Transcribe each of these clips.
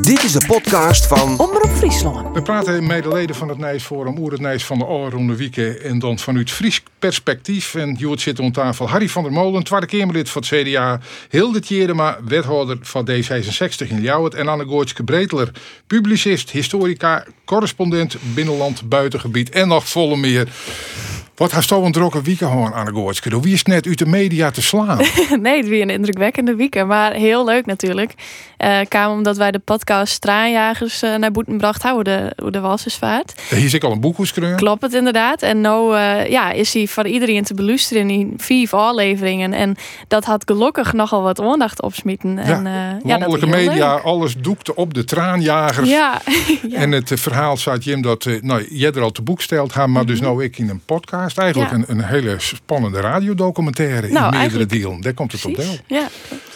Dit is de podcast van Omroep Friesland. We praten met de leden van het Nijsforum over het Nijs van de Alronde Wieken. En dan vanuit Fries perspectief. En Joert zit om tafel. Harry van der Molen, Tweede Kamerlid van het CDA. Hilde Tjedema, wethouder van D66 in Ljouwert. En Anne Goortske Breteler, publicist, historica, correspondent, binnenland, buitengebied en nog volle meer. Wat heeft toch een drokke weekend gewoon, Anne Goortske? Wie is net uit de media te slaan? Nee, het weer een indrukwekkende weekend, maar heel leuk natuurlijk. Kwam omdat wij de podcast Straanjagers naar Boeten bracht houden hoe de Walsersvaart. Hier is ik al een boek geschreven. Klopt het inderdaad. En nu is hij voor iedereen te beluisteren in 4 afleveringen. En dat had gelukkig nogal wat aandacht opsmieten. Landelijke media, leuk. Alles doekte op de Traanjagers. Ja. En het verhaal staat Jim dat jij er al te boek stelt, maar dus nou ik in een podcast. Eigenlijk een hele spannende radiodocumentaire in meerdere delen. Daar komt het op deel. Ja.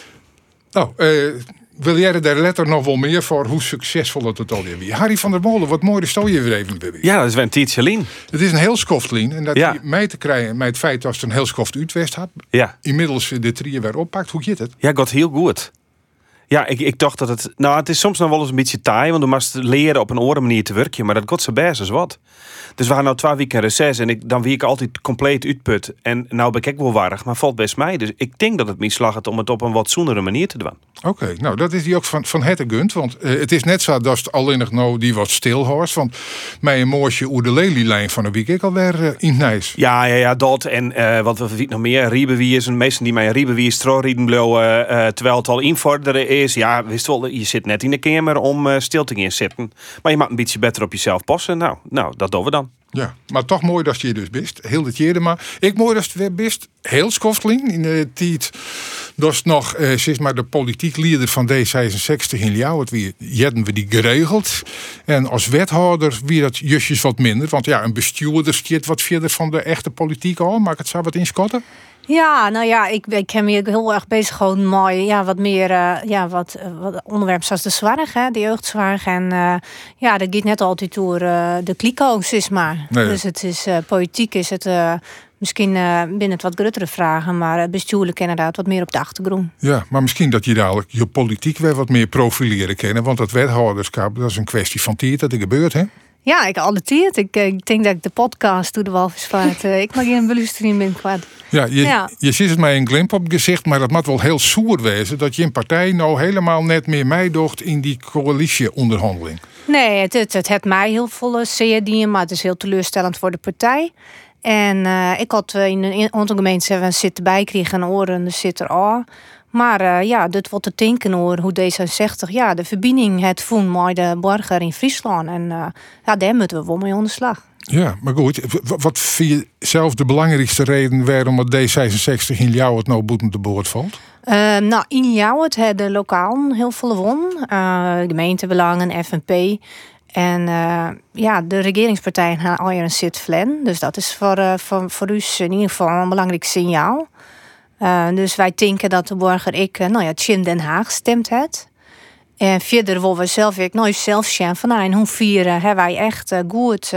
Nou, wil jij er daar letter nog wel meer voor hoe succesvol het alweer was? Harry van der Molen, wat mooi, stel je weer even bij. Ja, dat is wel een tietje lien. Het is een heel skoftlien. En dat die mee te krijgen met het feit dat het een heel skoft uitwest had. Ja. Inmiddels de trieën weer oppakt. Hoe gaat het? Ja, gaat heel goed. Ja, ik dacht dat het... Nou, het is soms nog wel eens een beetje taai, want je moest leren op een andere manier te werken. Maar dat gaat zo best als wat. Dus we gaan nou 2 weken reces en dan wie ik altijd compleet uitput. En nou ben ik wel warrig, maar valt best mij. Dus ik denk dat het me slag het om het op een wat zoenere manier te doen. Oké, nou dat is die ook van het gunt. Want het is net zo dat het alleen nog nou die wat stilhorst. Want mij een moosje oer de lelielijn van een week ik alweer in Nijs. Ja, dat. En wat we weten nog meer. Riebewiers en meesten die mij Riebewiers troorieden blowen terwijl het al invorderen is. Ja, wist wel, je zit net in de kamer om stil te gaan zitten. Maar je mag een beetje beter op jezelf passen. Nou, dat doen we dan. Ja, maar toch mooi dat je dus bist. Heel het Tjedema. Ik mooi dat je weer bist. Heel skofteling. In de tijd dat nog zeg maar de politiek leider van D66 in Ljouwert. Hadden we die geregeld. En als wethouder wie dat justjes wat minder. Want ja, een bestuurder zit wat verder van de echte politiek al. Maak het zo wat inschatten? Ja, nou ja, ik heb me heel erg bezig gewoon mooi, wat meer, wat onderwerpen zoals de zorg, de jeugdzorg. En dat gaat net altijd door de kliko, zeg maar. Nee. Dus het is, politiek is het misschien binnen het wat gruttere vragen, maar bestuurlijk inderdaad wat meer op de achtergrond. Ja, maar misschien dat je dadelijk je politiek weer wat meer profileren kennen, want dat wethouderschap, dat is een kwestie van tijd dat er gebeurt, hè? Ja, ik alliteerd. Ik denk dat ik de podcast doe de Walvisvaart. Ik mag geen beluistering ben kwaad. Je ziet het mij een glimp op gezicht, maar dat moet wel heel soer wezen dat je een partij nou helemaal net meer meedocht in die coalitieonderhandeling. Nee, het heeft mij heel veel zeer, maar het is heel teleurstellend voor de partij. En ik had in een aantal gemeenten zitten bijkregen en oren, dus zit er al. Maar dit wordt te denken over hoe D66 de verbinding het voelt met de burger in Friesland. En daar moeten we wel mee aan de slag. Ja, maar goed. Wat vind je zelf de belangrijkste reden waarom het D66 in Ljouwert nou boeten te boord valt? In Ljouwert hebben de lokaal heel veel won. Gemeentebelangen, FNP. En de regeringspartijen gaan al een zitflen. Dus dat is voor u in ieder geval een belangrijk signaal. Dus wij denken dat de burger Tjim Den Haag stemt het. En verder willen we zelf zelf zien van in hoeverre hebben wij echt goed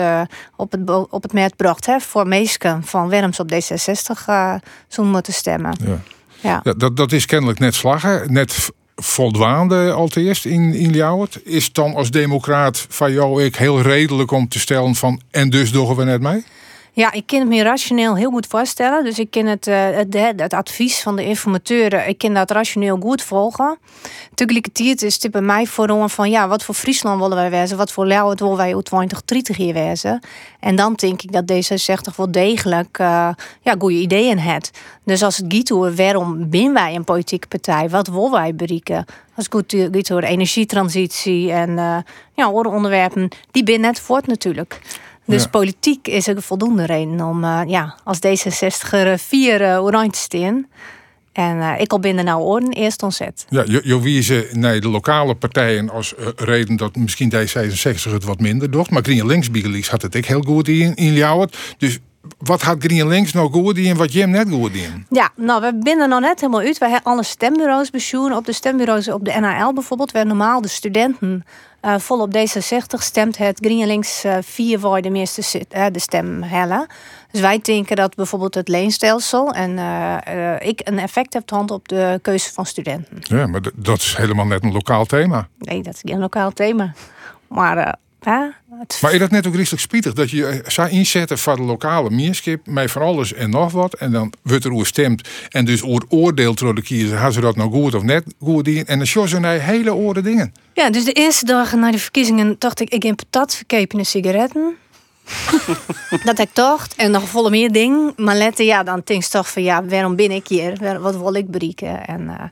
op het merk gebracht voor mensen van waarom ze op D66 zullen moeten stemmen. Ja, dat is kennelijk net slagen, net voldoende allereerst in Ljouwert. Is het dan als democraat van jou heel redelijk om te stellen van en dus doen we net mee? Ja, ik kan het me rationeel heel goed voorstellen. Dus ik kan het advies van de informateur, ik kan dat rationeel goed volgen. Tegelijkertijd is het bij mij vooral van wat voor Friesland willen wij wezen, wat voor Ljouwert willen wij uit 2030 hier wezen. En dan denk ik dat D66 wel degelijk goede ideeën heeft. Dus als het gaat over waarom zijn wij een politieke partij, wat willen wij bereiken? Als het gaat over energietransitie en andere onderwerpen, die ben net voort natuurlijk. Dus politiek is er voldoende reden om als D66er 4 oranje te staan. En ik al binnen nou orden eerst ontzet. Ja, je wijzen naar de lokale partijen als reden dat misschien D66 het wat minder doet. Maar GroenLinks Bigelix had het ook heel goed in Ljouwert. Dus wat had GroenLinks nou goed in wat Jim net goed in? Ja, we binnen nog net helemaal uit. We hebben alle stembureaus bezoeken. Op de stembureaus op de NAL bijvoorbeeld, waar normaal de studenten vol op D66 stemt het GroenLinks 4 waar de meeste de stem hellen. Dus wij denken dat bijvoorbeeld het leenstelsel en ik een effect heb gehad op de keuze van studenten. Ja, maar dat is helemaal net een lokaal thema. Nee, dat is geen lokaal thema. Maar Maar is dat net ook richtig spietig dat je zou inzetten voor de lokale meerskip met van alles en nog wat en dan wordt er over stemt en dus oordeelt door de kiezer, gaan ze dat nou goed of net goed dingen en dan show ze naar hele oren dingen. Ja, dus de eerste dagen na de verkiezingen dacht ik heb patat verkepen in sigaretten. Dat heb ik dacht en nog volle meer dingen. Maar later, dan denk je toch van waarom ben ik hier? Wat wil ik bereiken? En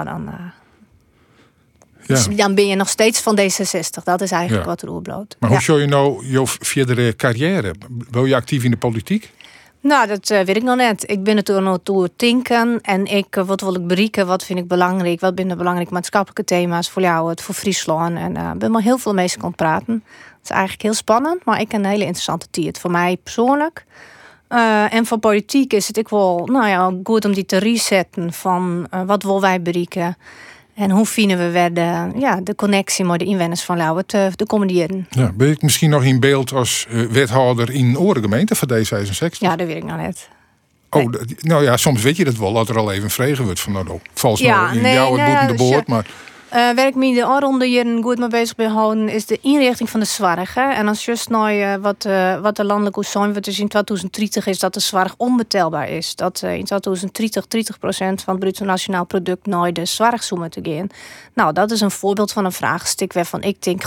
dus dan ben je nog steeds van D66. Dat is eigenlijk wat er oerbloot. Maar hoe show je nou je verdere carrière? Wil je actief in de politiek? Nou, dat weet ik nog net. Ik ben het er nog toe denken. En wat wil ik bereiken? Wat vind ik belangrijk? Wat zijn de belangrijke maatschappelijke thema's voor jou? Het voor Friesland. En ik ben maar heel veel mensen kan praten. Het is eigenlijk heel spannend. Maar ik heb een hele interessante tijd. Voor mij persoonlijk. En voor politiek is het wel goed om die te resetten. Van wat willen wij bereiken? En hoe vinden we weer de connectie met de inwoners van Lauwen te commanderen? Ja, ben ik misschien nog in beeld als wethouder in Orengemeente van D66? Ja, dat weet ik nog net. Nee. Soms weet je dat wel, dat er al even vregen wordt van vals in jou het boeten de boord, maar... Waar ik me de aanronde jaren goed mee bezig ben houden, is de inrichting van de zorg. En als just nou wat de landelijke zijn wordt, dus in 2030 is dat de zorg onbetaalbaar is. Dat in 2030 30% van het bruto nationaal product naar de zorg zou te gaan. Nou, dat is een voorbeeld van een vraagstuk waarvan ik denk,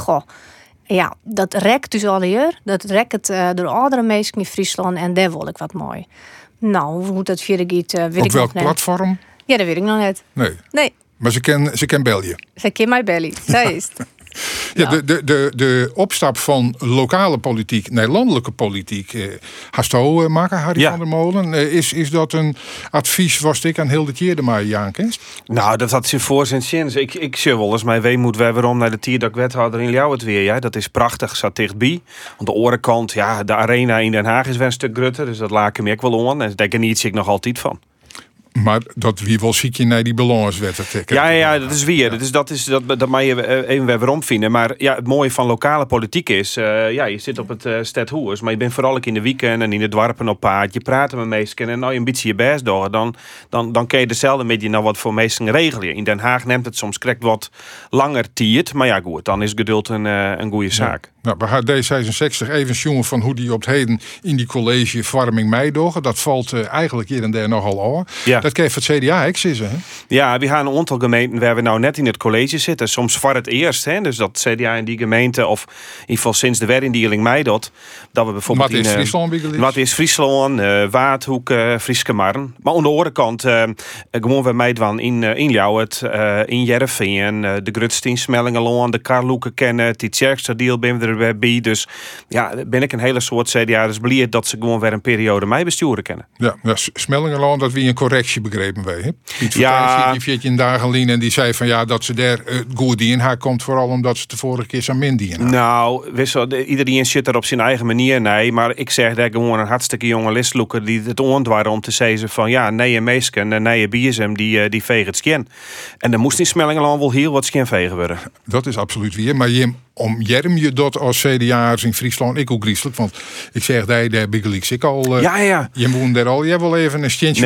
dat rekt dus al hier. Dat rekt het door andere mensen in Friesland en daar wil ik wat mooi. Nou, hoe dat verder gaat, weet ik nog net. Op welk platform? Ja, dat weet ik nog net. Nee. Maar ze ken België. Ze ken mij belly. Zij is het. Ja, de opstap van lokale politiek naar landelijke politiek. Hasto maken, Harry van der Molen. Is dat een advies was ik aan Hilde Tjeerdema, Jaan Kenst? Nou, dat had zijn voor zijn zin. Ik zie wel eens mijn weemoed waarom naar de tierdak wethouder in Ljouwert weer. Ja, dat is prachtig, zat dichtbij. Aan de orenkant, de arena in Den Haag is wel een stuk grutter. Dus dat laat ik me ook wel om. En daar geniet ik nog altijd van. Maar dat wie wel ziet je naar die balanswet te trekken. Ja, dat is weer. Dus dat mag je even weer waarom vinden. Maar het mooie van lokale politiek is, je zit op het stadhuis, maar je bent vooral ook in de weekend en in de dorpen op paard. Je praat met mensen en nou je een beetje je best door, dan kun je dezelfde met je nou wat voor mensen regelen. In Den Haag neemt het soms correct wat langer tijd, maar goed, dan is geduld een goede zaak. Ja. Nou, we gaan D66 even jongen van hoe die op het heden in die college Vorming Meidogen. Dat valt eigenlijk hier en daar nogal aan. Ja. Dat kan je voor het CDA hè? Ja, we gaan een aantal gemeenten waar we nou net in het college zitten. Soms voor het eerst, hè? Dus dat CDA in die gemeente, of in ieder geval sinds de werindeling Meidot, dat we bijvoorbeeld Wat is Friesland, Waardhoek, Frieske Marn. Maar aan de andere kant, gewoon we Meidwan in Ljouwert, in Jervingen, de Grutstein, Smellingeloon, de Karloeken kennen, die Tjerkster deal ben we erbij. Dus ben ik een hele soort CDA. Dus blij dat ze gewoon weer een periode mij besturen kennen. Ja, Smellingeloon, dat wie een correctie begrepen wij. Piet Ja. Die viert je in dagen en die zei van dat ze daar goed in haar komt, vooral omdat ze de vorige keer zo min die in. Nou, iedereen zit er op zijn eigen manier, nee. Maar ik zeg dat gewoon een hartstikke jonge listloeker die het ontwaren om te zeggen van nee, meesken en nee, biersem die vegen het skien. En dan moest in Smellingeloon wel heel wat skien vegen worden. Dat is absoluut weer, maar jerm je dat als CDA'ers in Friesland, ik ook griezelig, want ik zeg daar biggelix ik al. Ja. Je moet daar al, jij wil even een stintje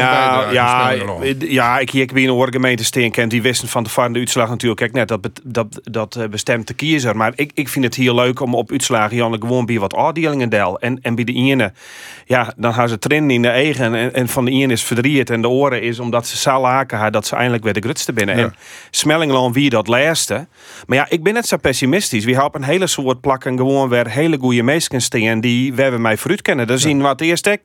ik ben in een gemeente steen kent die wisten van de uitslag natuurlijk. Kijk net dat bestemt de kiezer, maar ik vind het heel leuk om op uitslagen Janne gewoon bij wat afdelingen deel en bij de ene, dan gaan ze trainen in de eigen en van de ene is verdriet en de oren is omdat ze zal haken dat ze eindelijk weer de grutste binnen. Ja. En Smellingeloon wie dat laatste. Maar ik ben net zo pessimistisch. We hebben een hele soort plakken gewoon weer hele goede mensen staan die we mij vooruit kennen. Dan zien we het eerst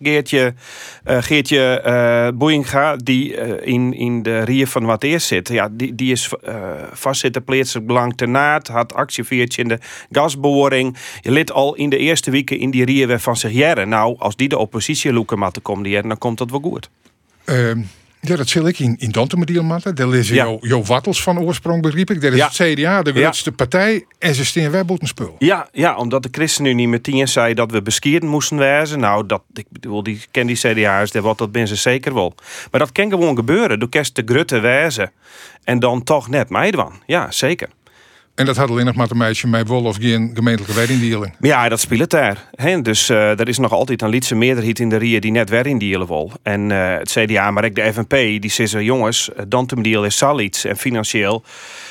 Geertje Boeinga die in de rie van wat eerst zit. Ja, die is vastzitten plaatselijk belang te naad, had actieveertje in de gasboring. Je lid al in de eerste weken in die rie weer van zich jaren. Nou, als die de oppositie loeken maar te komen, dan komt dat wel goed. Ja, dat zal ik in Dantemediel maken. Daar lezen Jo Wattels van oorsprong, begreep ik. Dat is het CDA, de grootste partij. En ze staan wel boeten spul. Ja, omdat de ChristenUnie meteen zei dat we beskierd moesten wezen. Nou, ik bedoel, die CDA'ers, dat ben ze zeker wel. Maar dat kan gewoon gebeuren. Door kerst de grutte wezen. En dan toch net Meidwan. Ja, zeker. En dat had alleen nog maar te meisje met wol of geen gemeentelijke werindeling. Ja, dat speelt het daar. Hè? Dus er is nog altijd een lietse meerderheid in de RIE die net werindeelen wil. En het CDA, maar ook de FNP, die zeggen, jongens, Dantumdeal is zal iets. En financieel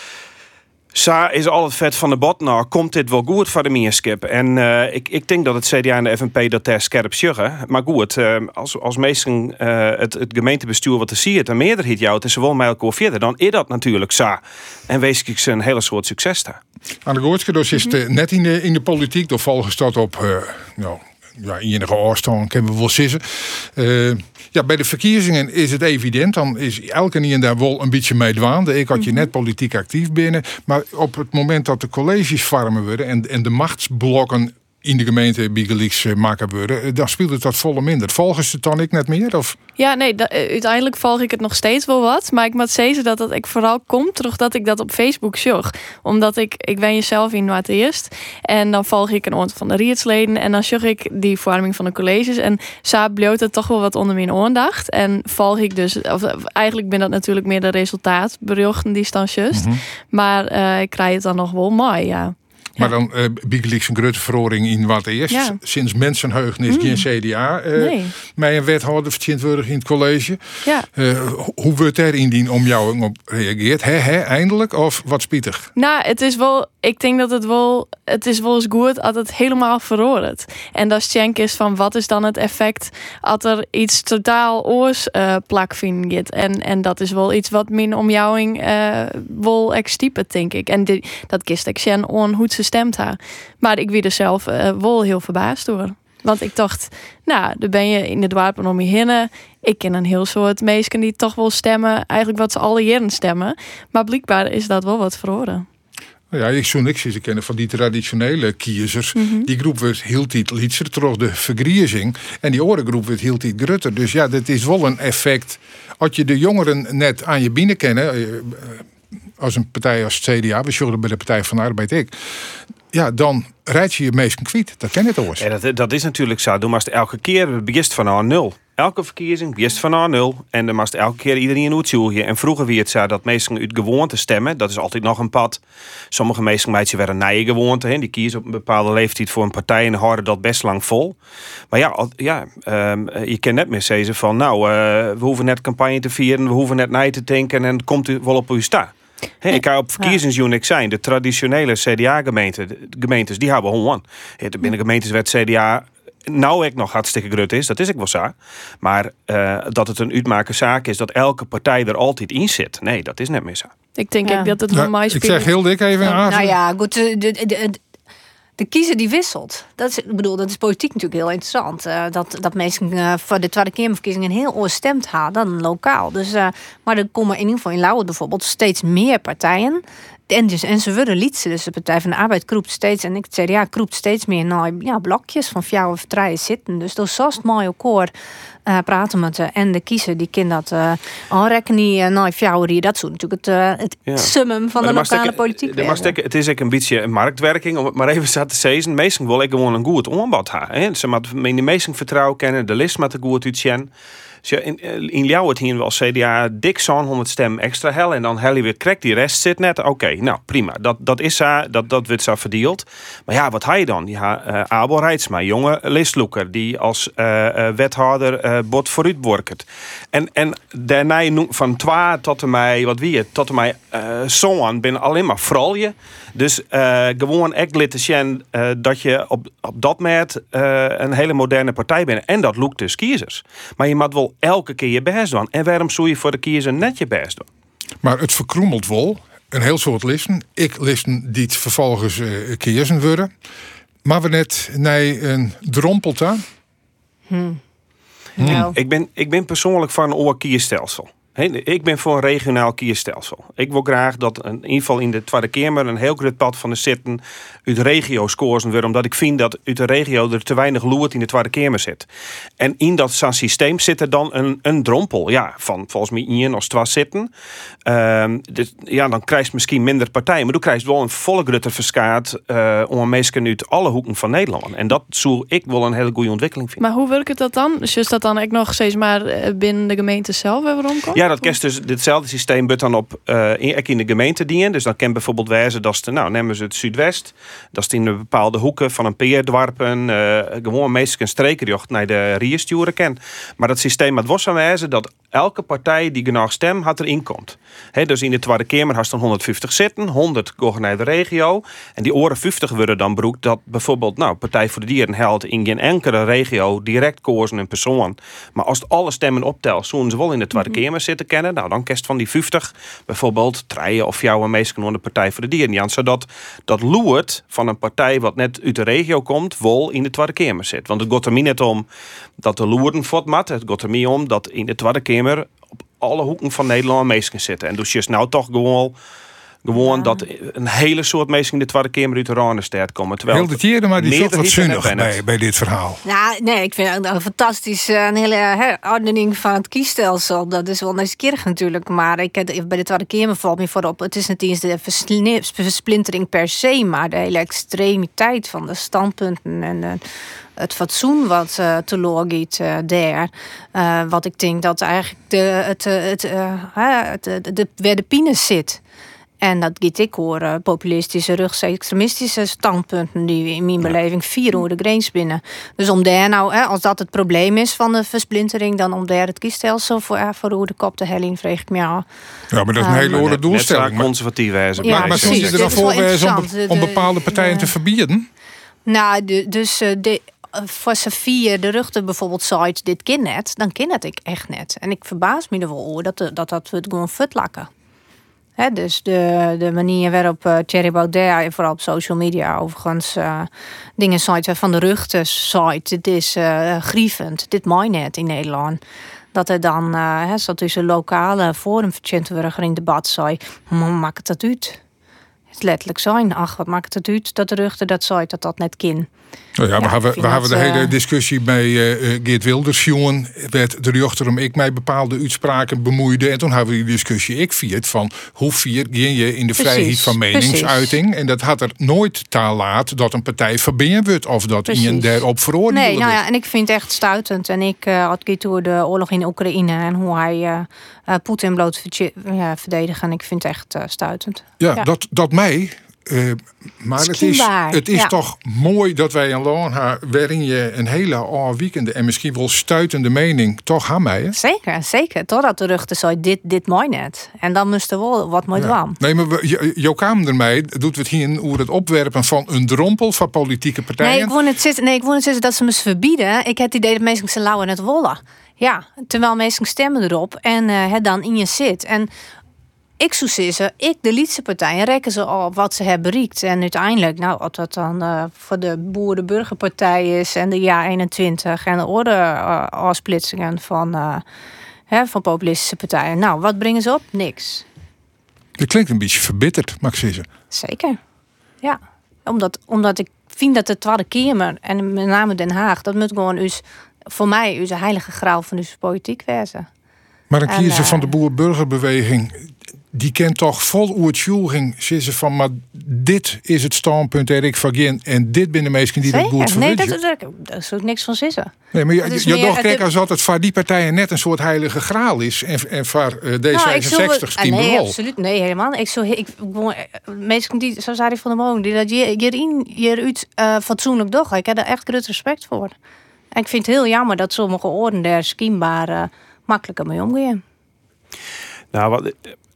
Sa is al het vet van de bot. Nou, komt dit wel goed voor de meerskip? En ik denk dat het CDA en de FNP dat daar scherp zeggen. Maar goed, als meesten het gemeentebestuur wat te zien het een meerderheid jouwt en ze wel met elkaar verder, dan is dat natuurlijk Sa. En wees ik ze een hele soort succes daar. Aan de Goortske, is het net in de politiek, door volgens dat op enige afstand kunnen we wel sissen. Bij de verkiezingen is het evident, dan is elke niet daar wel een beetje mee dwaande. Ik had je net politiek actief binnen, maar op het moment dat de colleges vormen worden en de machtsblokken in de gemeente Bigelix maken worden, dan speelt het wat volle minder. Volgen ze het dan ik net meer? Of? Ja, nee, uiteindelijk volg ik het nog steeds wel wat. Maar ik moet zeggen dat ik vooral komt doordat ik dat op Facebook zag. Omdat ik ben jezelf in het eerst. En dan volg ik een aantal van de rietsleden. En dan zag ik die vorming van de colleges. En zo bloot het toch wel wat onder mijn aandacht. En volg ik dus, of eigenlijk ben dat natuurlijk meer de resultaatberichten die staan just. Maar ik krijg het dan nog wel mooi, ja. Maar dan Bigelix een grote verhoring in wat eerst. Ja. Sinds mensenheugenis geen CDA. Met een wethouder vertegenwoordigd in het college. Ja. Hoe wordt daar indien om jou op reageert? Eindelijk? Of wat spietig? Nou, het is wel. Ik denk dat het is wel eens goed als het helemaal verhoort. En dat schenk is van wat is dan het effect als er iets totaal oors plak vindt. En dat is wel iets wat min omjouwing wel extypet, denk ik. En dat kist ik zien on hoe ze stemt haar. Maar ik werd er zelf wel heel verbaasd door. Want ik dacht, nou, dan ben je in de dorpen om je heen. Ik ken een heel soort mensen die toch wel stemmen, eigenlijk wat ze alle jaren stemmen. Maar blijkbaar is dat wel wat verhoren. Ja, ik zou niks eens kennen van die traditionele kiezers. Die groep werd heel tijd lietser, terug de vergriezing. En die andere groep werd heel tijd grutter. Dus ja, dat is wel een effect. Als je de jongeren net aan je binnen kennen, als een partij als het CDA, we zullen bij de Partij van de Arbeid ja, dan rijd je meesten kwijt. Dat ken je toch eens. Ja, dat is natuurlijk zo. Dan moest elke keer begist van A0. Elke verkiezing begist van A0. En dan moest elke keer iedereen uitzoeken. En vroeger wie het zo dat mensen uit gewoonte stemmen. Dat is altijd nog een pad. Sommige mensen meisjes werden nieuwe gewoonte. Die kiezen op een bepaalde leeftijd voor een partij en houden dat best lang vol. Maar je kan net meer zeggen van nou, we hoeven net campagne te vieren. We hoeven net nee te tanken en het komt u wel op uw sta. Ik kan op verkiezingsunit zijn. De traditionele CDA-gemeentes, die hebben gewoon. Binnen gemeentes werd CDA nou ik nog hartstikke groot is. Dat is ik wel zo. Maar dat het een uitmaken zaak is dat elke partij er altijd in zit. Nee, dat is net meer zo. Ik denk dat het wel mooi speelt. Ik zeg heel dik even aan. Nou ja, goed. De kiezer die wisselt. Dat is politiek natuurlijk heel interessant. Dat mensen voor de Tweede Kamerverkiezingen heel oor stemt hadden dan lokaal. Dus, maar er komen in ieder geval in Lauwert bijvoorbeeld steeds meer partijen. En ze worden liedsen. Dus de Partij van de Arbeid kroept steeds. En het CDA kroept steeds meer naar blokjes van 4 of 3 zitten. Dus door zo'n mooi akkoord praten met en de kiezer die kan dat aanrekenen naar 4 dat is natuurlijk het summum van de lokale politiek. Het is ook een beetje een marktwerking, om het maar even zo te zeggen. Meestal wil ik gewoon een goed aanbod hebben. Ze moeten in de meesten vertrouwen kennen, de list met de goed uitzien. In Ljouwert hier wel CDA dik zo'n 100 stemmen extra hel. En dan hel je weer krek, die rest zit net. Oké, nou prima. Dat is zo, dat wordt zo verdeeld. Maar ja, wat had je dan? Ja, Abel Reitsma, jonge listloeker, die als wethouder bot vooruit borkert. En daarna van 2 tot en mij, wat wie het, tot en mij zo'n binnen alleen maar vrolje. Dus gewoon echt laten zien dat je op dat moment een hele moderne partij bent. En dat lukt dus kiezers. Maar je moet wel elke keer je best doen. En waarom zou je voor de kiezer net je best doen? Maar het verkroemelt wel. Een heel soort listen. Ik listen die het vervolgens kiezen worden. Maar we net naar een drompelt aan. Nou. Ik ben persoonlijk van een oorkierstelsel. Ik ben voor een regionaal kierstelsel. Ik wil graag dat in ieder geval in de Tweede Kamer een heel groot pad van de zitten uit regio's kozen weer, omdat ik vind dat uit de regio er te weinig loert in de Tweede Kamer zit. En in dat systeem zit er dan een drompel, van volgens mij 1 of 2 zitten. Dus, dan krijg je misschien minder partijen, maar dan krijg je wel een volle grote verskaat om mensen uit alle hoeken van Nederland. En dat zou ik wel een hele goede ontwikkeling vinden. Maar hoe werkt het dat dan? Dus dat dan ook nog steeds maar binnen de gemeente zelf weer rondkomt? Ja, Ja, dat kerst dus ditzelfde systeem wordt dan op in de gemeente dienen. Dus dan kan bijvoorbeeld wijzen dat ze, nemen ze het Zuidwest. Dat is in de bepaalde hoeken van een peerdwarpen. Gewoon meestal een strekerjocht naar de Riersturen ken. Maar dat systeem had was wijzen dat elke partij die genoeg stem had erin komt. Dus in de Tweede Kamer had dan 150 zitten, 100 gaan naar de regio. En die oren 50 worden dan broek dat bijvoorbeeld, Partij voor de Dieren held in geen enkele regio direct kozen een persoon. Maar als het alle stemmen optelt, zullen ze wel in de Tweede Kamer zitten kennen. Dan kerst van die 50 bijvoorbeeld treien of jouw meestal van de Partij voor de Dieren. Ja, zodat dat loert van een partij wat net uit de regio komt, wel in de Tweede Kamer zit. Want het gaat er niet om dat de loerden vat. Het gaat er meer om dat in de Tweede Kamer op alle hoeken van Nederland mensen zitten. En dus je is nou toch gewoon dat een hele soort mensen in de Tweede Kamer uit de Rijnenstad komen. Heel dit jaar, maar die zat wat zinnig bij dit verhaal. Nou, nee, ik vind het een fantastisch, een hele herordening van het kiesstelsel. Dat is wel nieuwsgierig natuurlijk, maar bij de Tweede Kamer valt me voorop. Het is niet eens de versplintering per se, maar de hele extremiteit van de standpunten en het fatsoen wat te logiet daar. Wat ik denk dat eigenlijk waar de pines zit. En dat giet ik hoor, populistische, rechtsextremistische standpunten die in mijn beleving 4 over de grens binnen. Dus om daar als dat het probleem is van de versplintering, dan om daar het kiesstelsel voor de kop te hellen, vreeg ik me al. Ja, maar dat is een hele oude doelstelling. Net conservatief wijzen. Ja, maar toen je er dan voor wijzen om bepaalde partijen te verbieden? Nou, voor Safia de Ruchter bijvoorbeeld zei, dit ken net, dan ken het ik echt net. En ik verbaas me er wel over dat we het gewoon futlakken. Dus de manier waarop Thierry Baudet, en vooral op social media overigens, dingen zei van de Ruchter zei, dit is grievend, dit mag net in Nederland. Dat er dan, zo tussen lokale forumvertjentenburger in debat zei, maakt het dat uit? Het letterlijk zijn, ach, wat maakt het uit dat de Ruchter dat zei, dat net kan. Nou ja, we hebben de hele discussie bij Geert Wilders, jongen, werd de Ruchter om ik mij bepaalde uitspraken bemoeide. En toen hebben we die discussie ik viert van hoe vier ging je in de vrijheid van meningsuiting. Precies. En dat had er nooit te laat dat een partij verbinden wordt of dat iemand daarop veroordeeld wordt. Nee, en ik vind het echt stuitend. En ik had keer door de oorlog in Oekraïne en hoe hij Poetin bloot verdedigen. En ik vind het echt stuitend. Ja, dat mij. Maar het is toch mooi dat wij een land hebben waarin je een hele oude weekend en misschien wel stuitende mening toch gaan mij. Zeker. Totdat de Ruchter zei, dit mooi net. En dan moest er wel wat mooi doen. Nee, maar jouw kamer ermee doet het hier over het opwerpen van een drompel van politieke partijen. Nee, ik wil niet zeggen dat ze me verbieden. Ik heb het idee dat mensen ze lauwen net wollen. Ja, terwijl mensen stemmen erop en het dan in je zit. En ik zou zeggen, de liedse partijen rekken ze op wat ze hebben bereikt. En uiteindelijk, wat dat dan voor de Boeren-Burgerpartij is en de JA21 en de orde afsplitsingen van populistische partijen. Nou, wat brengen ze op? Niks. Dat klinkt een beetje verbitterd, mag ik zeggen. Zeker, ja. Omdat ik vind dat de Tweede Kamer en met name Den Haag, dat moet gewoon voor mij de heilige graal van de politiek wezen. Maar een kiezer van de boer-burgerbeweging, die kent toch vol oertjoeging, zeggen van, maar dit is het standpunt dat ik van en dit binnen de mensen die dat goed verwidden. Nee, daar is ook niks van zeggen. Nee, maar je toch kijkt als dat het voor die partijen net een soort heilige graal is en voor D66 team nee, absoluut, nee, helemaal. Mensen die, zoals Arie van der Molen, die dat hieruit fatsoenlijk doch. Ik heb daar echt groot respect voor. En ik vind het heel jammer dat sommige oren daar schijnbaar makkelijker mee omgaan. Nou,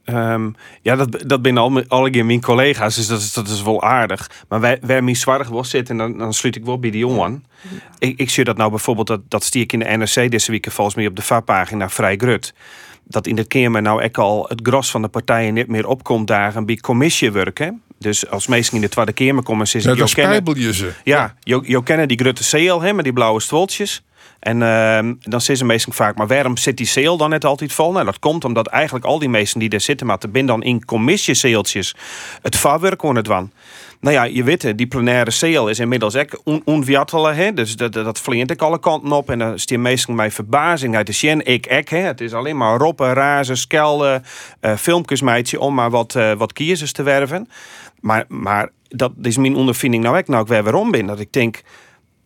dat binnen alle keer mijn collega's, dus dat is wel aardig. Maar waar mijn zwaar was zit, en dan sluit ik wel bij die jongen. Ik zie dat nou bijvoorbeeld, dat stier ik in de NRC deze week volgens mij op de VA-pagina vrij grut. Dat in de Kamer nou ook al het gros van de partijen niet meer opkomt dagen bij commissiewerk. Dus als mensen in de Tweede Kamer komen, dan spijbel je ze. Ja, je kennen die grote ceel met die blauwe stoltjes. En dan zeggen ze meestal vaak, maar waarom zit die ceel dan net altijd vol? Nou, dat komt omdat eigenlijk al die mensen die er zitten, maar binnen dan in commissiezeeltjes het vaarwerk aan het doen. Nou ja, je weet, die plenaire ceel is inmiddels ook onviattelen. Dus dat vliegt ik alle kanten op. En dan is die meestal mijn verbazing uit de sjen. Het is alleen maar roppen, razen, skelden, filmpjes meidje om maar wat kiezers te werven. Maar dat is mijn ondervinding nou ook. Nou, ik weer waarom ben. Dat ik denk,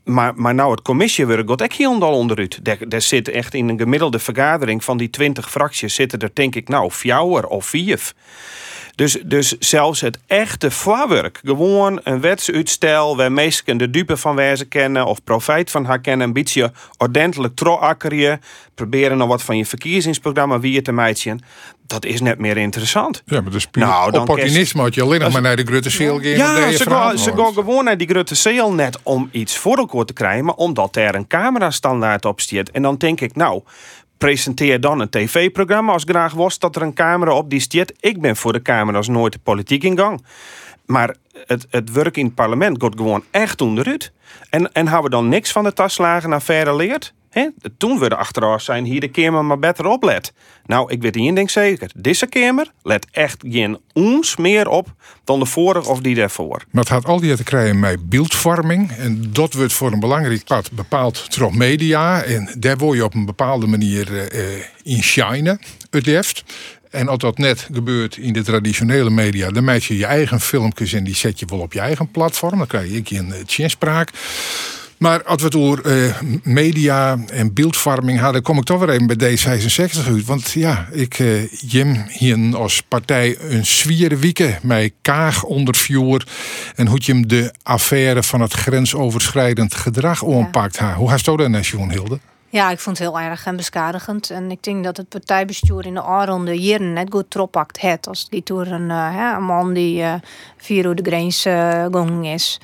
Maar nou, het commissiewerk gaat ook helemaal onderuit. Daar zit echt in een gemiddelde vergadering van die 20 fracties zitten er denk ik 4 of 5. Dus zelfs het echte voorwerk, gewoon een wetsuitstel waar mensen de dupe van wijze kennen of profijt van haar kennen, een beetje ordentelijk troakkerje, proberen nog wat van je verkiezingsprogramma wie je te meidje. Dat is net meer interessant. Ja, maar dus opportunisme had je alleen nog maar naar de Grutte Seel gaan. Ja, ze gaan gewoon naar die Grutte Seel net om iets voor elkaar te krijgen, maar omdat er een camerastandaard op staat. En dan denk ik, presenteer dan een tv-programma als graag was dat er een camera op die staat. Ik ben voor de camera's nooit de politiek in gang. Maar het werk in het parlement gaat gewoon echt onderuit. En hebben we dan niks van de Taslagen-affaire leerd? Toen we er achteraf zijn, hier de Kamer maar beter oplet. Nou, ik weet één ding zeker. Deze Kamer let echt geen ons meer op dan de vorige of die daarvoor. Maar het had altijd te krijgen met beeldvorming. En dat wordt voor een belangrijk part bepaald door media. En daar word je op een bepaalde manier in shinen, het liefst. En als dat net gebeurt in de traditionele media, dan maak je je eigen filmpjes en die zet je wel op je eigen platform. Dan krijg je een chinspraak. Maar als we het over media en beeldvorming hadden, kom ik toch weer even bij D66 uit. Want ja, Jim hier als partij een zwiere wieken met Kaag ondervuur. En hoe je hem de affaire van het grensoverschrijdend gedrag oppakt. Hoe hast u dat net, Johan Hilde? Ja, ik vond het heel erg en beschadigend. En ik denk dat het partijbestuur in de aanronde jaren net goed troppakt het. Als die door een man die via de grens gegaan is.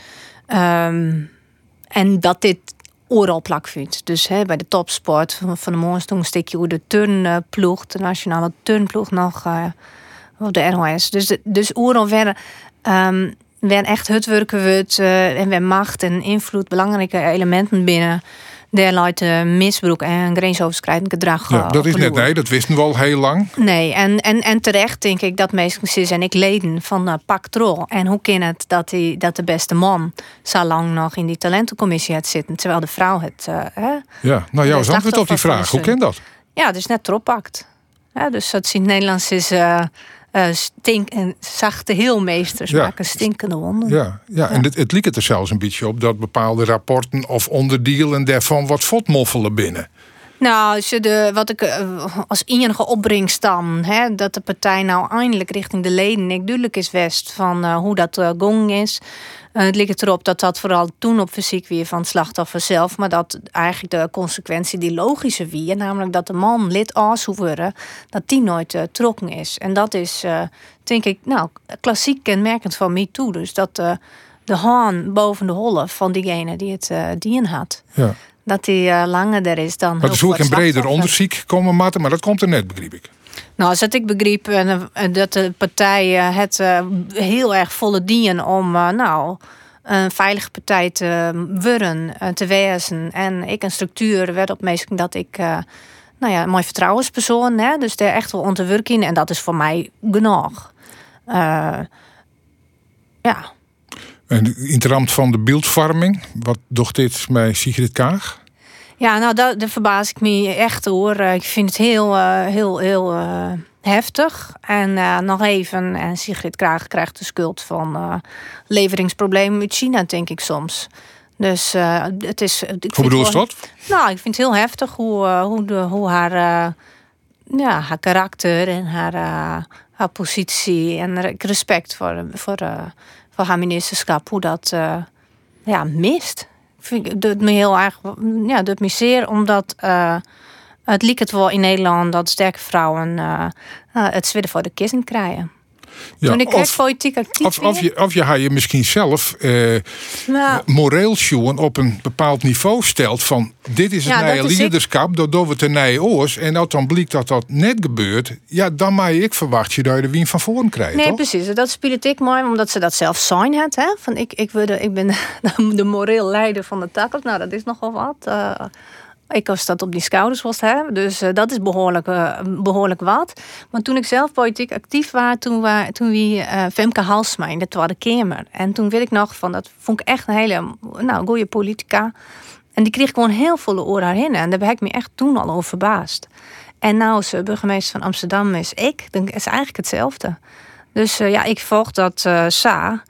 En dat dit overal plak vindt. Dus bij de topsport van de morgen toen stik je hoe de turnploeg, de nationale turnploeg nog op de NOS. Dus overal werden echt het werken wordt en weer macht en invloed belangrijke elementen binnen. Daar leidt misbruik en grensoverschrijdend gedrag. Ja, dat is net nee, dat wisten we al heel lang. Nee, en terecht denk ik dat mensen en ik leden van Pak Trol. En hoe kan het dat de beste man zo lang nog in die talentencommissie had zitten, terwijl de vrouw het. Ja, nou jouw antwoord op die vraag, hoe kan dat? Ja, dus net troppakt. Ja, dus dat in het Nederlands is. Zachte heelmeesters maken stinkende wonden. Ja. En het liep het er zelfs een beetje op dat bepaalde rapporten of onderdelen daarvan wat fotmoffelen binnen. Nou, wat ik als enige opbrengst dan, dat de partij nou eindelijk richting de leden ik duidelijk is west van hoe dat gong is. Het ligt erop dat vooral toen op fysiek weer van het slachtoffer zelf, maar dat eigenlijk de consequentie die logische wie, namelijk dat de man lid worden, dat die nooit trokken is. En dat is, denk ik, klassiek kenmerkend van MeToo. Dus dat de haan boven de holle van diegene die het dien had. Ja. Dat die langer er is dan. Maar er is ook een breder onderzoek komen, maar dat komt er net, begreep ik. Nou, als ik begreep dat de partij het heel erg volle dienen om een veilige partij te worden, te wezen. En ik een structuur werd op meestal dat ik een mooi vertrouwenspersoon, dus daar echt wel onderwerk in. En dat is voor mij genoeg. Ja. En in het raam van de beeldvorming, wat docht dit met Sigrid Kaag? Ja, nou, daar verbaas ik me echt hoor. Ik vind het heel heftig. En nog even, en Sigrid Kaag krijgt de schuld van leveringsproblemen uit China, denk ik soms. Dus het is. Hoe bedoel je dat? Nou, ik vind het heel heftig hoe haar karakter en haar positie en respect voor haar ministerschap, hoe dat mist. Het doet me heel erg, doet me zeer, omdat het lijkt het wel in Nederland dat sterke vrouwen het zwidden voor de kiezen krijgen. Ja, toen ik echt politiek actief of je haar je misschien zelf moreel schoen op een bepaald niveau stelt van dit is het nieuwe leiderschap, dat doen we ten nieuwe oors. En als dan blijkt dat dat net gebeurt, ja, dan mag ik verwacht je dat je de wien van voren krijgt. Nee, toch? Precies. Dat speelt ik mooi, omdat ze dat zelf zijn had. Hè? Van ik ben de moreel leider van de takkels. Nou, dat is nogal wat. Ik was dat op die schouders was, hè? Dus dat is behoorlijk wat. Maar toen ik zelf politiek actief was, toen wie Femke Halsma in de Tweede Kamer. En toen weet ik nog van, dat vond ik echt een hele goede politica. En die kreeg gewoon heel volle oren heen. En daar ben ik me echt toen al over verbaasd. En nou is burgemeester van Amsterdam is ik. Dan is eigenlijk hetzelfde. Dus ik volg dat Sa.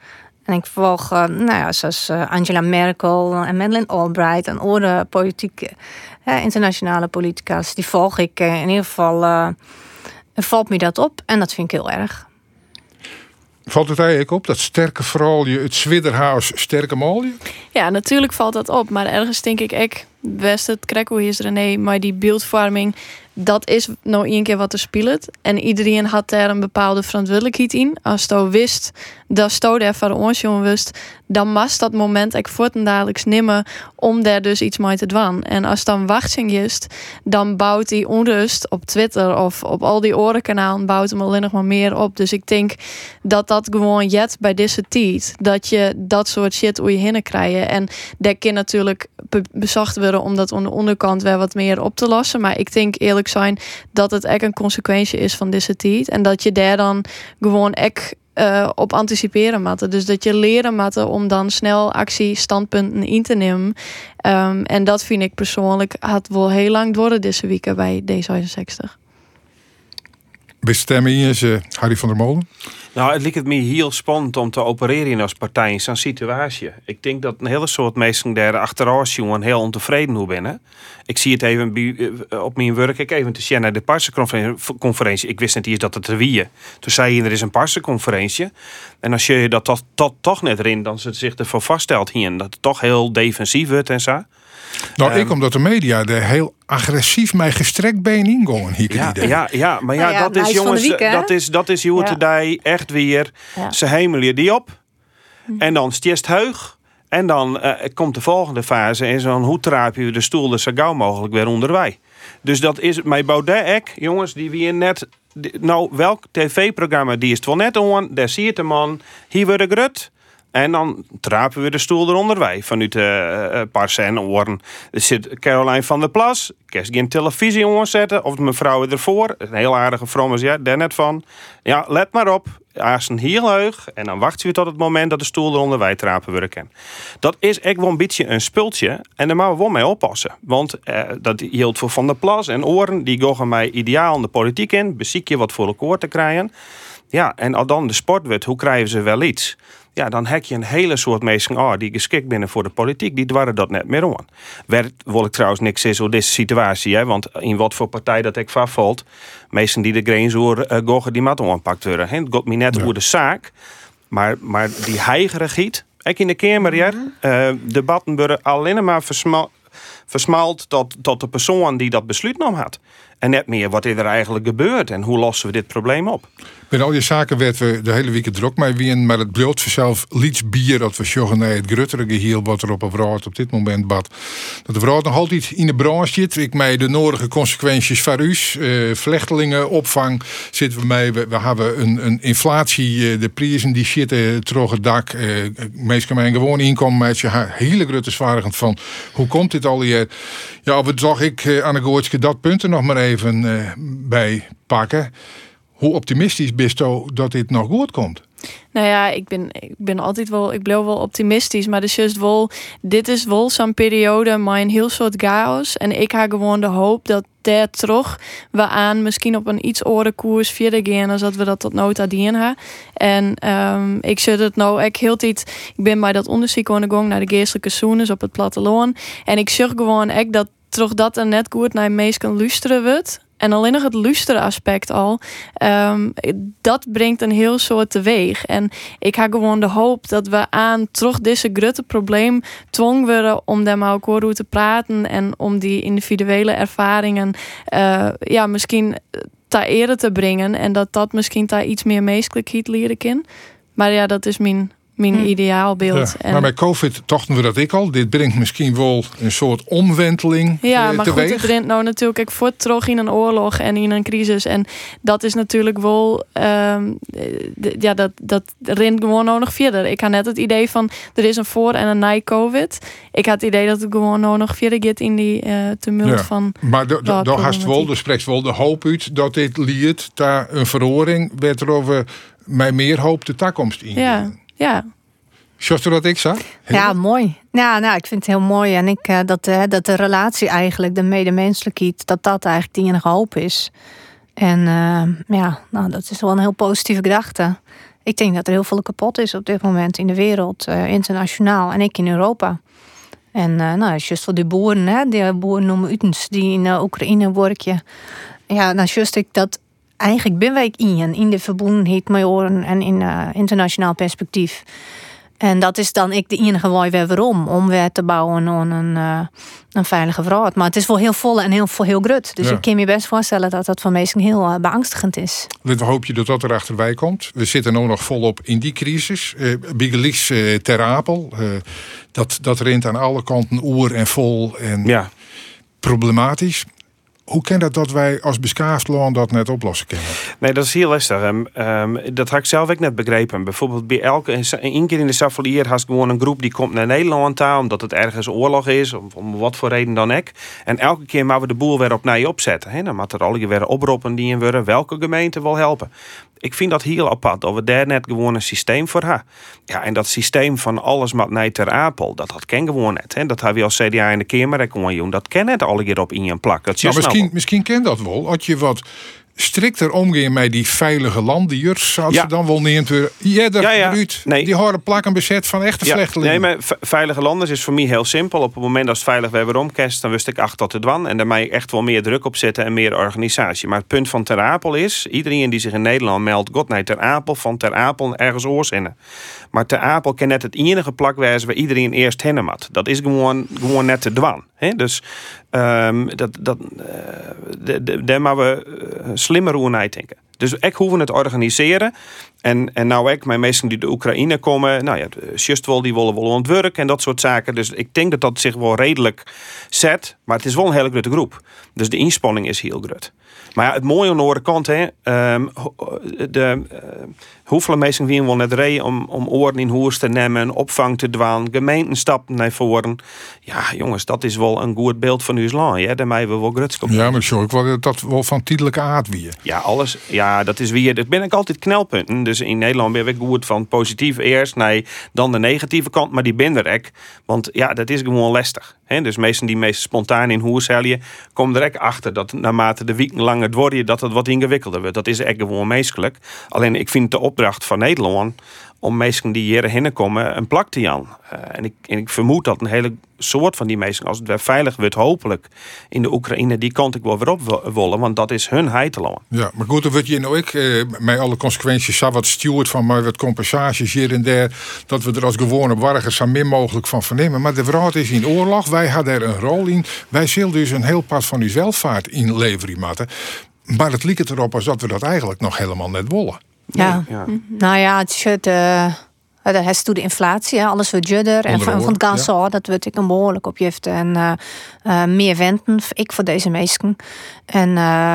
En ik volg, zoals Angela Merkel en Madeleine Albright en andere politieke, internationale politica's. Die volg ik in ieder geval. Valt me dat op en dat vind ik heel erg. Valt het eigenlijk op, dat sterke verhaalje, het Zwidderhuis sterke maalje? Ja, natuurlijk valt dat op. Maar ergens denk ik best het krekkel is René, maar die beeldvorming, dat is nou één keer wat er speelt. En iedereen had daar een bepaalde verantwoordelijkheid in. Als je wist dat je daar van ons jongen wist, dan was dat moment ik voortendagelijks nimmer om daar dus iets mee te doen. En als dan wachting is, dan bouwt die onrust op Twitter of op al die orenkanalen bouwt hem alleen nog maar meer op. Dus ik denk dat dat gewoon jet bij deze tijd, dat je dat soort shit hoe je heen krijgen. En dat kan natuurlijk bezocht worden om dat aan de onderkant weer wat meer op te lossen. Maar ik denk eerlijk zijn dat het echt een consequentie is van deze tijd. En dat je daar dan gewoon echt op anticiperen moet. Dus dat je leren moet om dan snel actiestandpunten in te nemen. En dat vind ik persoonlijk had wel heel lang door deze week bij D66. Bestemmen is Harry van der Molen? Nou, het lijkt me heel spannend om te opereren als partij in zo'n situatie. Ik denk dat een hele soort mensen daar achteraf jongen heel ontevreden hoe binnen. Ik zie het even op mijn werk. Ik even te zien naar de parsenconferentie. Ik wist niet eens dat het er wie. Toen zei je er is een parsenconferentie. En als je dat toch net erin, dan ze zich ervoor vaststelt hier dat het toch heel defensief wordt en zo. Nou, omdat de media er heel agressief mee gestrekt been ingaan. Ja, maar dat is jongens, dat is hoe het daar echt weer. Ze hemelen die op. En dan stierst heug. En dan komt de volgende fase. En zo'n hoe traap je de stoel er zo gauw mogelijk weer onderwij. Dus dat is mijn Baudet, jongens, die weer net. Nou, welk tv-programma die is het wel net on? Daar zie je de man. Hier wordt de grut. En dan trapen we de stoel eronder wij. Vanuit Parsen oren. Er zit Caroline van der Plas. Kan geen televisie omzetten. Of de mevrouw ervoor. Een heel aardige vrouw is daar net van. Ja, let maar op. Als een heel heug. En dan wachten we tot het moment dat de stoel eronder wij trapen worden kan. Dat is echt wel een beetje een spultje. En daar moeten we wel mee oppassen. Want dat hield voor Van der Plas en Oren. Die gaan mij ideaal in de politiek in. Beziek je wat voor elkaar te krijgen. Ja, en al dan de sportwet. Hoe krijgen ze wel iets? Ja, dan heb je een hele soort mensen die geschikt binnen voor de politiek. Die dwarren dat net meer aan. Wil ik trouwens niks is over deze situatie. Hè, want in wat voor partij dat ik valt. Mensen die de grens gogen die mat aanpakt worden. Het gaat me net over de zaak. Maar die heigerigheid. Ik in de Kamer debatten worden alleen maar versmalt tot de persoon die dat besluit nam had. En net meer wat er eigenlijk gebeurt en hoe lossen we dit probleem op. Met al die zaken werden we de hele week druk mee wien, maar het bloot vanzelf liets bier dat we zeggen naar het grutterige hiel wat er op een vrouw op dit moment bad. Dat de vrouw nog altijd in de branche zit. Ik mij de nodige consequenties van u, vluchtelingenopvang zitten we mee. We hebben een inflatie, de prijzen die zitten terug het dak. Mensen met een gewoon inkomen, maar je hele grote zwaarigheid van hoe komt dit al hier? Ja, we zag ik aan de Goortske dat punt er nog maar even bij pakken. Hoe optimistisch bist u dat dit nog goed komt? Nou ja, ik ben altijd wel, ik blijf wel optimistisch, maar dus juist wel, dit is wel zo'n periode met een heel soort chaos. En ik heb gewoon de hoop dat daar terug we aan misschien op een iets andere koers verder gaan als dat we dat tot nota dien hebben. En ik zit het nou ik heel tijd, ik ben bij dat onderzoek aan de gang naar de geestelijke zones op het platteland. En ik zeg gewoon echt dat terug dat er net goed naar meest kan luisteren wordt. En alleen nog het luisteren aspect al, dat brengt een heel soort teweeg. En ik heb gewoon de hoop dat we aan terug deze grote probleem dwongen worden om daar met elkaar over te praten en om die individuele ervaringen misschien ter ere te brengen en dat misschien daar iets meer menselijkheid leren kan. Maar ja, dat is mijn ideaalbeeld. Ja, maar bij COVID dachten we dat ik al. Dit brengt misschien wel een soort omwenteling maar teweeg. goed, het brengt nou natuurlijk ik voort terug in een oorlog en in een crisis. En dat is natuurlijk wel... dat rent gewoon nou nog verder. Ik had net het idee van... er is een voor- en een na-COVID. Ik had het idee dat het gewoon nou nog verder gaat in die tumult van... Maar daar hast wel, er spreekt wel de hoop uit... dat dit lied, daar een verhoring... werd er over mij meer hoop de toekomst in. Ja. Zoals dat ik zag? Ja, mooi. Ja, nou, ik vind het heel mooi. En dat de relatie eigenlijk, de medemenselijkheid, dat eigenlijk die enige hoop is. En dat is wel een heel positieve gedachte. Ik denk dat er heel veel kapot is op dit moment in de wereld, internationaal en ik in Europa. En juist voor de boeren, hè, die boeren noemen utens, die in Oekraïne werken. Ja, dan juist ik dat eigenlijk ben wij in de verbondenheid met oren en in internationaal perspectief. En dat is dan ik de enige way weer om weer te bouwen aan een veilige wereld. Maar het is wel heel vol en heel grut. Dus ik kan me best voorstellen dat dat voor mensen heel beangstigend is. We hopen dat dat er achterbij komt. We zitten nu nog volop in die crisis. Bigelies Ter Apel. Dat rent aan alle kanten oer en vol en problematisch. Hoe kan dat wij als beschaafd land dat net oplossen kunnen? Nee, dat is heel lastig. Dat had ik zelf ook net begrepen. Bijvoorbeeld bij één keer in de Savalier had gewoon een groep die komt naar Nederland aan, omdat het ergens oorlog is, om wat voor reden dan ook. En elke keer maar we de boel weer opnieuw opzetten. Hè? Dan moet er al weer oproepen die in worden. Welke gemeente wil helpen? Ik vind dat heel apart, dat we daar net gewoon een systeem voor hebben. Ja, en dat systeem van alles met naar Ter Apel, dat ken gewoon net. Hè? Dat hebben we als CDA in de Kamer gewoon doen. Dat ken net alle keer op in je plak. Dat misschien ken dat wel. Als je wat strikter omgaan met die veilige landiers, zoals ze dan wel neemt. Die horen plakken bezet van echte vluchtelingen. Nee, maar veilige landers is voor mij heel simpel. Op het moment dat het veilig weer omkest, dan wist ik achter tot het dwan. En daar mag je echt wel meer druk op zetten en meer organisatie. Maar het punt van Ter Apel is, iedereen die zich in Nederland meldt, God nee, Ter Apel, van Ter Apel ergens oorzinnen. Maar Ter Apel kan net het enige plak wijzen waar iedereen eerst heen moet. Dat is gewoon net te dwan. Dus daar moeten we slimmer over nadenken. Dus ik hoeven het organiseren. En nou ik, mijn mensen die de Oekraïne komen, just wel, die willen wel ontwerken en dat soort zaken. Dus ik denk dat zich wel redelijk zet. Maar het is wel een hele grote groep. Dus de inspanning is heel groot. Maar ja, het mooie aan de andere kant, hoeveel mensen weer wel net reden om oren in hoers te nemen, opvang te dwaan, gemeenten stappen naar voren. Ja, jongens, dat is wel een goed beeld van uw land. Ja, daarmee we wel grutsk op. Ja, maar sorry, ik wil dat wel van tijdelijke aard weer. Ja, alles. Ja, dat is weer. Dat ben ik altijd knelpunten. Dus in Nederland ben ik goed van positief eerst, nee, dan de negatieve kant, maar die ben er ook. Want ja, dat is gewoon lastig. Dus mensen die meest spontaan in hoers heljen, komen er ook achter dat naarmate de weken langer worden, dat het wat ingewikkelder wordt. Dat is echt gewoon menselijk. Alleen ik vind de opdracht van Nederland om mensen die hierheen komen een plak te jan. En ik vermoed dat een hele soort van die mensen, als het weer veilig wordt, hopelijk in de Oekraïne, die kant ik wel weer op willen, want dat is hun heiteland. Ja, maar goed, dan word je nou met alle consequenties wat stuurt van maar wat compensaties hier en daar, dat we er als gewone burgers zo min mogelijk van vernemen. Maar de wereld is in oorlog, wij hadden er een rol in. Wij zullen dus een heel part van uw welvaart inleveren, matten. Maar het lijkt erop als dat we dat eigenlijk nog helemaal net willen. Ja. Nou ja, het is dat is de inflatie, alles wordt duurder. En van het gas dat wordt ik een behoorlijk opgift. En meer wenten, ik voor deze mensen. En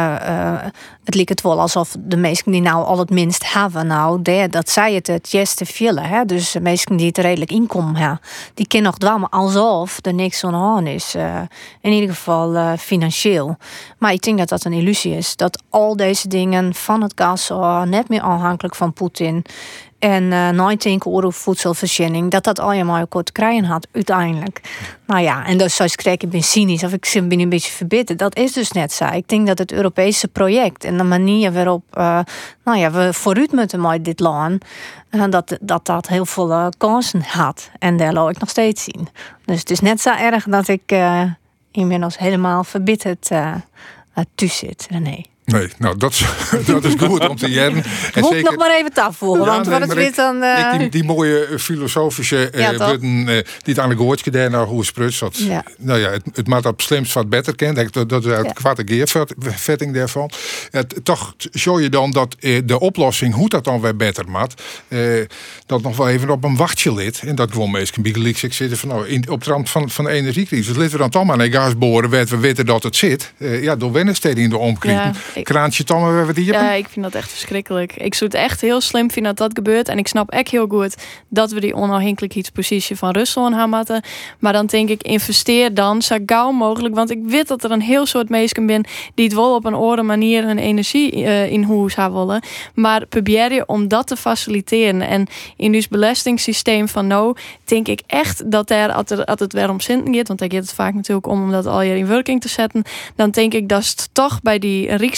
het lijkt het wel alsof de mensen die nou al het minst hebben, dat zij het juiste vullen. Hè? Dus de mensen die het redelijk inkomen hebben, die kunnen nog dwammen alsof er niks aan de hand is. In ieder geval financieel. Maar ik denk dat dat een illusie is. Dat al deze dingen van het gas net meer afhankelijk van Poetin. En 19 euro voedselvoorziening, dat allemaal ook te krijgen had uiteindelijk. Nou ja, en dus zoals ik ben cynisch of ik ben een beetje verbitterd. Dat is dus net zo. Ik denk dat het Europese project en de manier waarop we vooruit moeten met dit land, dat heel veel kansen had. En daar laat ik nog steeds zien. Dus het is net zo erg dat ik inmiddels helemaal verbitterd thuis zit, René. Nee, nou dat is goed om te jaren. En moet nog maar even afvoeren, want wat het weer dan... Die mooie filosofische woorden die het aan de gehoord gedaan naar hoe spruts dat. Ja. Nou ja, het maakt op slimst wat beter kent. Dat is uit kwarte geervetting daarvan. Toch show je dan dat de oplossing, hoe dat dan weer beter maakt, dat nog wel even op een wachtje lid. En dat gewoon meestal biegeliks zitten van op de rand van de energiecrisis. Litten we dan toch maar naar gas boren, waar we weten dat het zit. Door Wennesteden in de omkring. Ja. Kraantje Tomme, wat die Ja, ik vind dat echt verschrikkelijk. Ik zou het echt heel slim vinden dat gebeurt. En ik snap echt heel goed dat we die onafhankelijkheidspositie van Rusland hebben. Maar dan denk ik, investeer dan zo gauw mogelijk. Want ik weet dat er een heel soort mensen zijn die het wel op een andere manier hun energie in huis hebben willen. Maar probeer je om dat te faciliteren. En in dus belastingssysteem van denk ik echt dat als het weer om centen gaat, want daar gaat het vaak natuurlijk om dat al je in werking te zetten, dan denk ik dat het toch bij die rijkste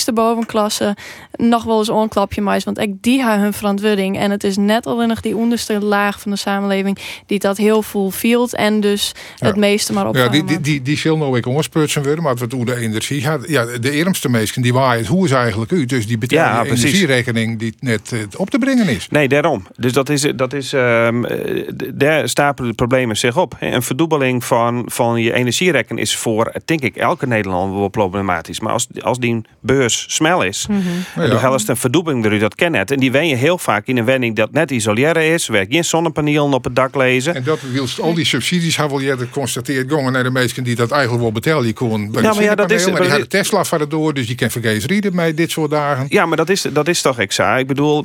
eerste bovenklasse nog wel eens onklapje mais. Want ik die hebben hun verantwoording. En het is net alleen nog die onderste laag van de samenleving die dat heel veel vielt. En dus het meeste maar opvangen. Ja, die zal nou ook onsputsen worden. Maar wat hoe de energie gaat. Ja, de eerste mensen die waaien hoe is eigenlijk uit. Dus die betalen de energierekening die net op te brengen is. Nee, daarom. Dus dat is daar stapelen de problemen zich op. Een verdubbeling van je energierekening is voor, denk ik, elke Nederlander wel problematisch. Maar als die beurs snel is, dan helst een verdubbeling eruit, dat ken het. En die wen je heel vaak in een wenning dat net isoleren is. Er werkt geen zonnepanelen op het dak lezen. En dat wilst al die subsidies hebben we eerder geconstateerd. Jongen naar de mensen die dat eigenlijk wel betalen. Die kon bij dat is. Maar die hadden Tesla van het door, dus die kan vergeet rieden met dit soort dagen. Ja, maar dat is toch exact. Ik bedoel,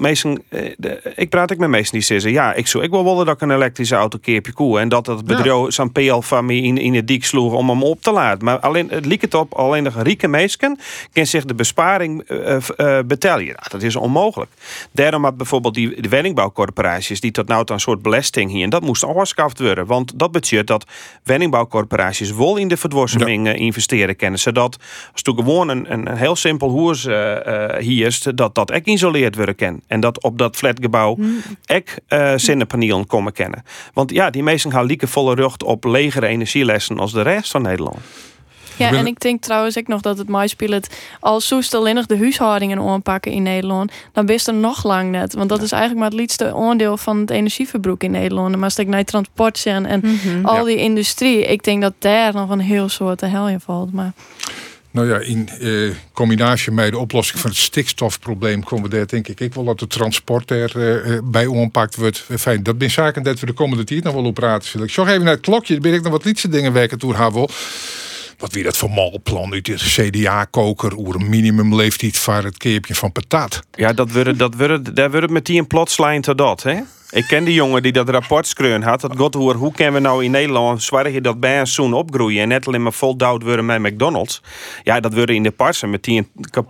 ik praat ook met mensen die zeggen, ja, ik wil wel dat ik een elektrische auto keerpje koe en dat het bedrijf zo'n PL van me in het dik sloeg om hem op te laden. Maar alleen het liep het op, alleen de rieke mensen kan zich de besparing betalen. Nou, dat is onmogelijk. Daarom had bijvoorbeeld die woningbouwcorporaties die tot nou een soort belasting hier en dat moest afgeschaft worden, want dat betekent dat woningbouwcorporaties wel in de verdwarsing investeren kennen, zodat als je gewoon een heel simpel huis hier is, dat echt geïsoleerd worden kan en dat op dat flatgebouw echt zonnepanelen komen kennen. Want ja, die mensen gaan lieke volle rug op legere energielessen als de rest van Nederland. Ja, en ik denk trouwens ook nog dat het MySpilet als soest alleen nog de huishoudingen aanpakken in Nederland, dan best er nog lang net. Want dat is eigenlijk maar het liefste onderdeel van het energieverbruik in Nederland. Maar als ik naar transport zijn en al die industrie, ik denk dat daar nog een heel soort de hel in valt. Maar nou ja, in combinatie met de oplossing van het stikstofprobleem komen we daar denk ik wel dat de transport bij ompakt wordt. Fijn, dat ben zaken dat we de komende tijd nog wel op praten zullen. Ik zorg even naar het klokje, dan ben ik nog wat lietse dingen werken toe hebben. Wat weer dat malplan uit de CDA-koker oer een minimumleeftijd voor het keerpje van patat. Ja, daar wordt met die een plotslijn tot dat, hè? Ik ken die jongen die dat rapport schreeuwen had. Dat god hoe kunnen we nou in Nederland zorgen dat bij een zoen opgroeien en net alleen maar voldouwd worden met McDonald's. Ja, dat worden in de parsen met die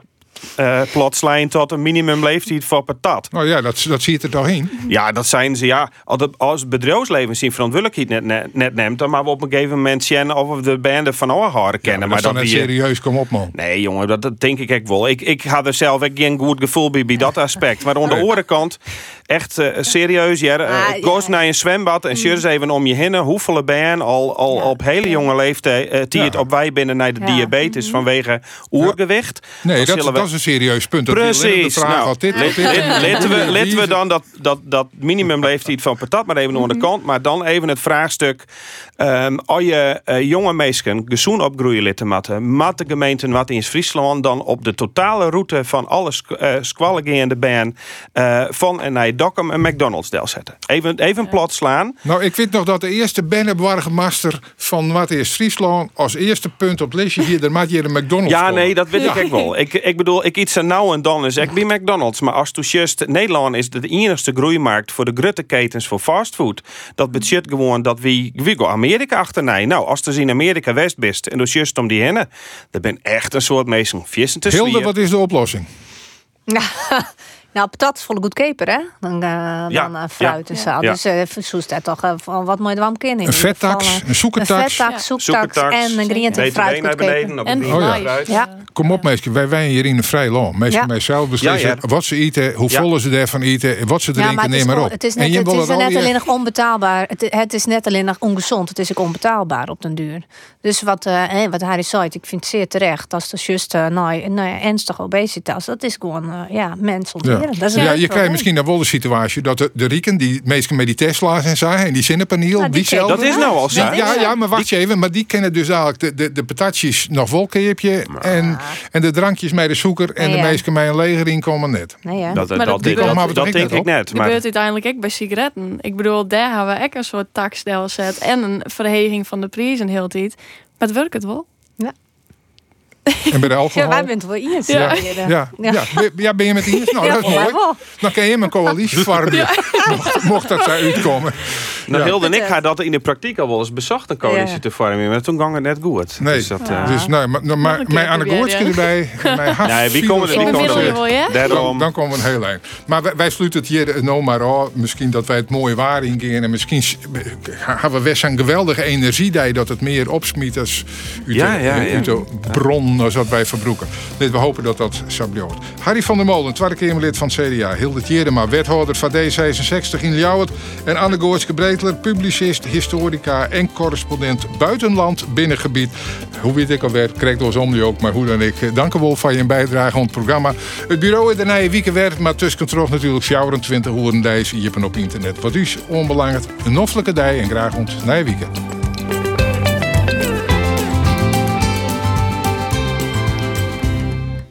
plotslijn tot een minimumleeftijd voor patat. Nou ja, dat ziet er toch in. Ja, dat zijn ze, ja. Als het bedrijfsleven zijn verantwoordelijkheid net neemt, dan maar we op een gegeven moment zien of we de banden van horen kennen. Maar dat is serieus, kom op man. Nee jongen, dat denk ik echt wel. Ik had er zelf ook geen goed gevoel bij dat aspect. Maar aan de andere kant, echt serieus, ga naar een zwembad en eens even om je heen. Hoeveel ben al op hele jonge leeftijd die het op wij binnen naar de diabetes vanwege oergewicht. Nee, dat is een serieus punt. Precies. Laten we dan dat minimumleeftijd van patat maar even aan de kant. Maar dan even het vraagstuk. Als je jonge mensen gezoen opgroeien litten mat de gemeenten wat in Friesland dan op de totale route van alle squallegeende baan van en naar Dokkum en McDonald's deel zetten. Even plat slaan. Nou, ik vind nog dat de eerste bannenbargemaster van wat is Friesland als eerste punt op het lijstje hier, daar maak je een McDonald's. Ja, nee, dat weet ik ook wel. Ik bedoel, ik iets er nou en dan is ik bij McDonald's, maar als toeschust Nederland is de enigste groeimarkt voor de grote ketens voor fastfood. Dat betekent gewoon dat we gaan Amerika achterna. Nou, als er in Amerika west bent en dus just om die hennen, dan ben echt een soort meestal vissen te Hilde, wat is de oplossing? Nou, patat is volle goedkoper, hè? Dan fruit en zo. Ja. Dus zoest dat toch wat mooi warm kennen. Een vettax, een zoekertax. Een zoekertax en een groente en fruit goedkoper. En Kom op, mensen. Wij zijn hier in een vrij land. Mensen mijzelf beslissen wat ze eten, hoe vol ze ervan eten en wat ze drinken, neem maar op. Het is net alleen nog onbetaalbaar. Het is net alleen nog ongezond. Het is ook onbetaalbaar op den duur. Dus wat Harry zei, ik vind het zeer terecht. Als de just ernstige obesitas, dat is gewoon mens ontweren. Ja, je krijgt misschien dan wel de situatie dat de rieken, die meesten met die Tesla's en zo, en die zonnepaneel, dat is nou al zo. Ja, maar wacht even. Maar die kennen dus eigenlijk de patatjes nog wel keerpje en de drankjes met de zoeker en de meesten met een leger inkomen net. Dat denk ik net. Dat gebeurt uiteindelijk ook bij sigaretten. Ik bedoel, daar hebben we ook een soort taxstelsel zet en een verheging van de prijzen heel tijd. Maar het werkt het wel. Ja. En bij de alcohol? Ja, wij bent wel Iers. Ja, ben je met Iers? Nou, dat is mooi. Dan kan je hem een coalitie vormen. Mocht dat zo uitkomen. Nou, Ja. Hilde en ik hadden dat in de praktijk al wel eens bezocht een coalitie Ja. te vormen, maar toen ging het net goed. Nee, Dus dat, dus nee, maar een keer mijn Anne Goortske proberen. erbij. Mijn half nee, wie komen er? Ik bemiddel je wel, ja? Daarom. Dan komen we een heel eind. Maar wij sluiten het hier nou maar af. Misschien dat wij het mooie waar ingaan. En misschien hebben we zo'n geweldige energie dat het meer opsmiet als uit de bron als wat wij verbroeken. Dus we hopen dat dat zo blijft. Harry van der Molen, Tweede Kamerlid van het CDA. Hilde Tjeerdema, wethouder van D66 in Ljouwert. En Anne Goortske Breedtler, publicist, historica en correspondent buitenland binnengebied. Hoe weet ik alweer, krijg door om ook, maar hoe dan ik. Dank u wel voor je bijdrage aan het programma. Het bureau in de Nije Wieken werkt, maar tussen terug natuurlijk 24 uur deze op internet. Wat is onbelangrijk, een noffelijke dag en graag ons Nije Wieken.